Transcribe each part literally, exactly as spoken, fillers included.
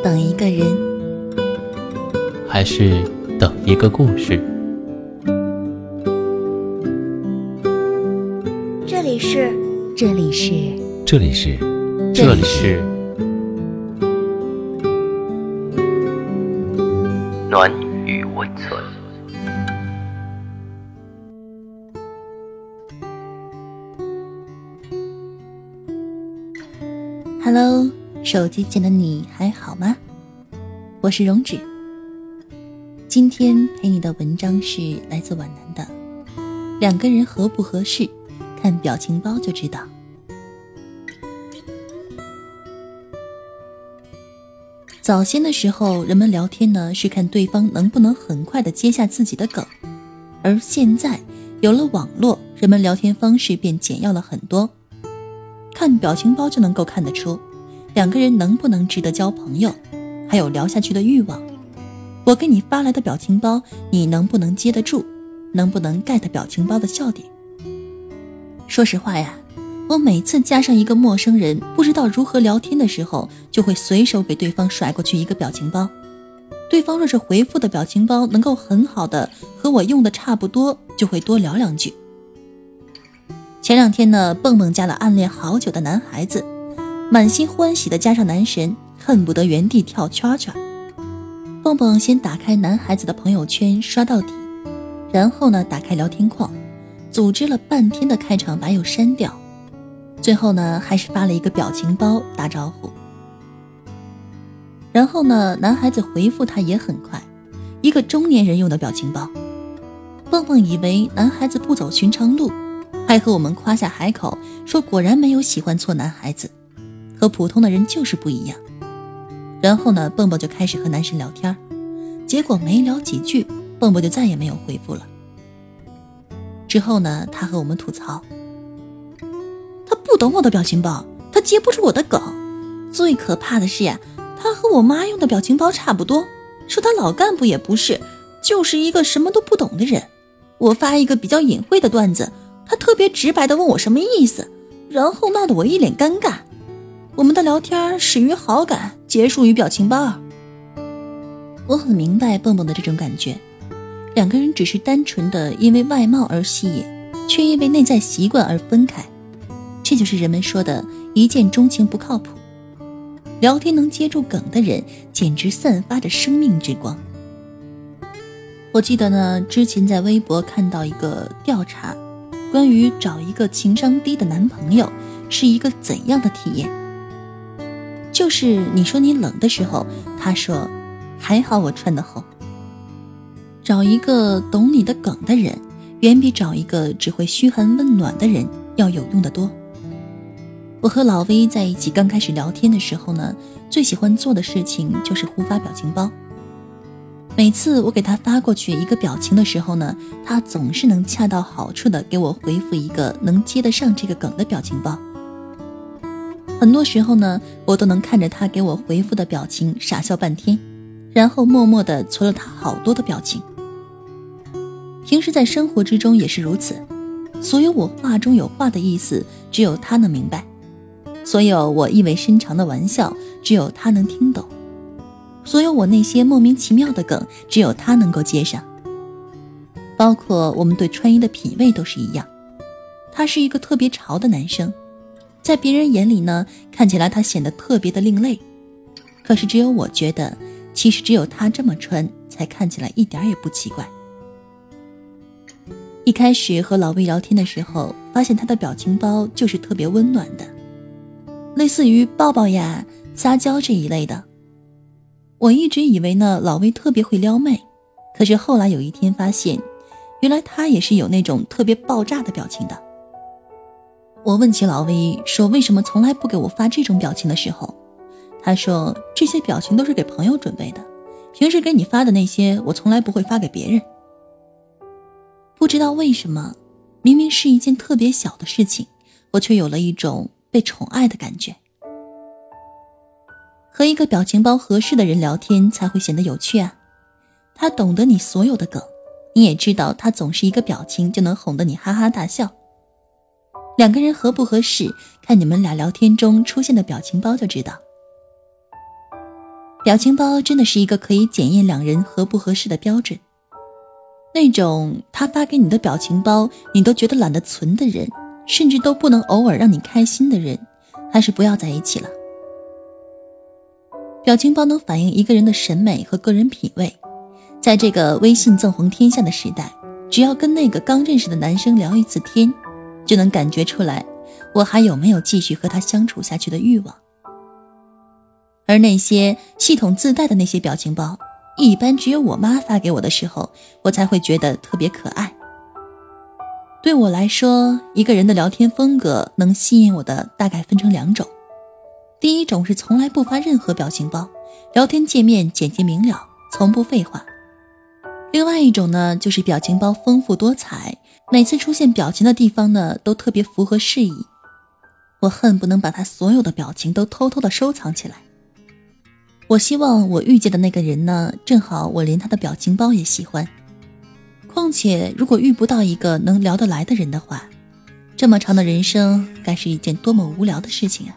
等一个人， 还是等一个故事？ 这里是，这里是， 这里是， 这里是暖与温存。 Hello， 手机前的你还好吗？我是荣止。今天陪你的文章是来自皖南的，两个人合不合适，看表情包就知道。早先的时候，人们聊天呢是看对方能不能很快地接下自己的梗，而现在有了网络，人们聊天方式便简要了很多。看表情包就能够看得出两个人能不能值得交朋友，还有聊下去的欲望。我给你发来的表情包，你能不能接得住，能不能 get 表情包的笑点。说实话呀，我每次加上一个陌生人不知道如何聊天的时候，就会随手给对方甩过去一个表情包。对方若是回复的表情包能够很好的和我用的差不多，就会多聊两句。前两天呢，蹦蹦加了暗恋好久的男孩子，满心欢喜的加上男神，恨不得原地跳圈圈。蹦蹦先打开男孩子的朋友圈刷到底，然后呢打开聊天框，组织了半天的开场白又删掉，最后呢还是发了一个表情包打招呼。然后呢男孩子回复他也很快，一个中年人用的表情包。蹦蹦以为男孩子不走寻常路，还和我们夸下海口，说果然没有喜欢错男孩子，和普通的人就是不一样。然后呢蹦蹦就开始和男神聊天，结果没聊几句，蹦蹦就再也没有回复了。之后呢他和我们吐槽，他不懂我的表情包，他接不住我的梗，最可怕的是呀，他和我妈用的表情包差不多，说他老干部也不是，就是一个什么都不懂的人。我发一个比较隐晦的段子，他特别直白地问我什么意思，然后闹得我一脸尴尬。我们的聊天始于好感，结束于表情包。我很明白蹦蹦的这种感觉，两个人只是单纯的因为外貌而吸引，却因为内在习惯而分开。这就是人们说的一见钟情不靠谱。聊天能接住梗的人，简直散发着生命之光。我记得呢，之前在微博看到一个调查，关于找一个情商低的男朋友是一个怎样的体验。就是你说你冷的时候，他说还好我穿得厚。找一个懂你的梗的人，远比找一个只会嘘寒问暖的人要有用得多。我和老V在一起刚开始聊天的时候呢，最喜欢做的事情就是互发表情包。每次我给他发过去一个表情的时候呢，他总是能恰到好处的给我回复一个能接得上这个梗的表情包。很多时候呢，我都能看着他给我回复的表情傻笑半天，然后默默地存了他好多的表情。平时在生活之中也是如此，所有我话中有话的意思，只有他能明白；所有我意味深长的玩笑，只有他能听懂；所有我那些莫名其妙的梗，只有他能够接上。包括我们对穿衣的品味都是一样。他是一个特别潮的男生，在别人眼里呢，看起来他显得特别的另类，可是只有我觉得，其实只有他这么穿，才看起来一点也不奇怪。一开始和老魏聊天的时候，发现他的表情包就是特别温暖的，类似于抱抱呀、撒娇这一类的。我一直以为呢，老魏特别会撩妹，可是后来有一天发现，原来他也是有那种特别爆炸的表情的。我问起老魏说为什么从来不给我发这种表情的时候，他说这些表情都是给朋友准备的，平时给你发的那些我从来不会发给别人。不知道为什么，明明是一件特别小的事情，我却有了一种被宠爱的感觉。和一个表情包合适的人聊天才会显得有趣啊，他懂得你所有的梗，你也知道他总是一个表情就能哄得你哈哈大笑。两个人合不合适，看你们俩聊天中出现的表情包就知道。 表情包真的是一个可以检验两人合不合适的标准。那种他发给你的表情包你都觉得懒得存的人，甚至都不能偶尔让你开心的人，还是不要在一起了。表情包能反映一个人的审美和个人品味，在这个微信纵横天下的时代，只要跟那个刚认识的男生聊一次天，就能感觉出来我还有没有继续和他相处下去的欲望。而那些系统自带的那些表情包，一般只有我妈发给我的时候，我才会觉得特别可爱。对我来说，一个人的聊天风格能吸引我的大概分成两种。第一种是从来不发任何表情包，聊天界面简洁明了，从不废话。另外一种呢，就是表情包丰富多彩，每次出现表情的地方呢，都特别符合适宜。我恨不能把他所有的表情都偷偷的收藏起来。我希望我遇见的那个人呢，正好我连他的表情包也喜欢。况且如果遇不到一个能聊得来的人的话，这么长的人生该是一件多么无聊的事情啊。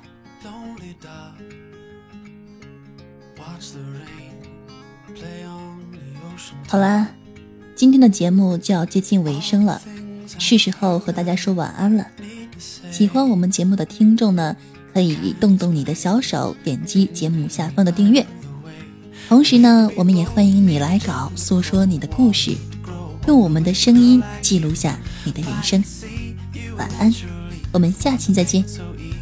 好啦，今天的节目就要接近尾声了，是时候和大家说晚安了。喜欢我们节目的听众呢，可以动动你的小手，点击节目下方的订阅。同时呢，我们也欢迎你来稿，诉说你的故事，用我们的声音记录下你的人生。晚安，我们下期再见。